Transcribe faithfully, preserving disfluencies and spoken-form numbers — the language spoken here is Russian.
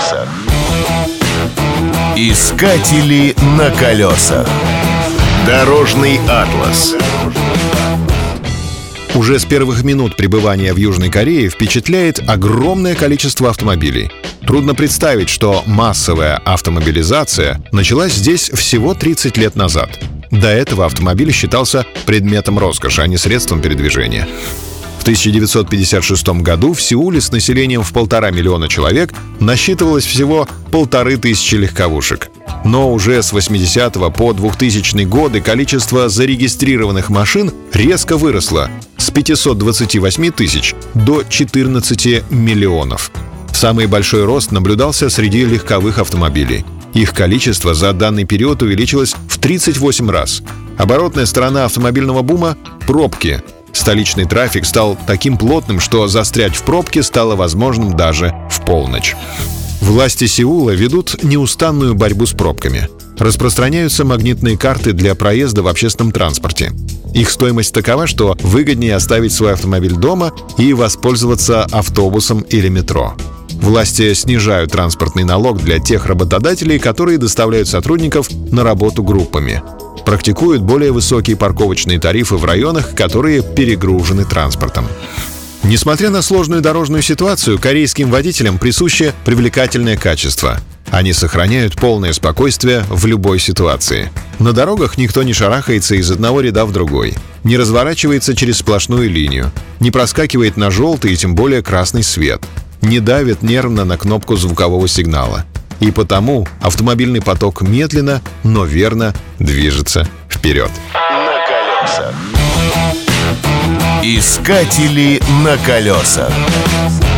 колесах. Искатели на колесах. Дорожный атлас. Уже с первых минут пребывания в Южной Корее впечатляет огромное количество автомобилей. Трудно представить, что массовая автомобилизация началась здесь всего тридцать лет назад. До этого автомобиль считался предметом роскоши, а не средством передвижения. В тысяча девятьсот пятьдесят шестом году в Сеуле с населением в полтора миллиона человек насчитывалось всего полторы тысячи легковушек. Но уже с восьмидесятого по двухтысячные годы количество зарегистрированных машин резко выросло с пятисот двадцати восьми тысяч до четырнадцати миллионов. Самый большой рост наблюдался среди легковых автомобилей. Их количество за данный период увеличилось в тридцать восемь раз. Оборотная сторона автомобильного бума — пробки. Столичный трафик стал таким плотным, что застрять в пробке стало возможным даже в полночь. Власти Сеула ведут неустанную борьбу с пробками. Распространяются магнитные карты для проезда в общественном транспорте. Их стоимость такова, что выгоднее оставить свой автомобиль дома и воспользоваться автобусом или метро. Власти снижают транспортный налог для тех работодателей, которые доставляют сотрудников на работу группами. Практикуют более высокие парковочные тарифы в районах, которые перегружены транспортом. Несмотря на сложную дорожную ситуацию, корейским водителям присуще привлекательное качество. Они сохраняют полное спокойствие в любой ситуации. На дорогах никто не шарахается из одного ряда в другой, не разворачивается через сплошную линию, не проскакивает на желтый и тем более красный свет, не давит нервно на кнопку звукового сигнала. И потому автомобильный поток медленно, но верно движется вперед. На колесах. Искатели на колесах.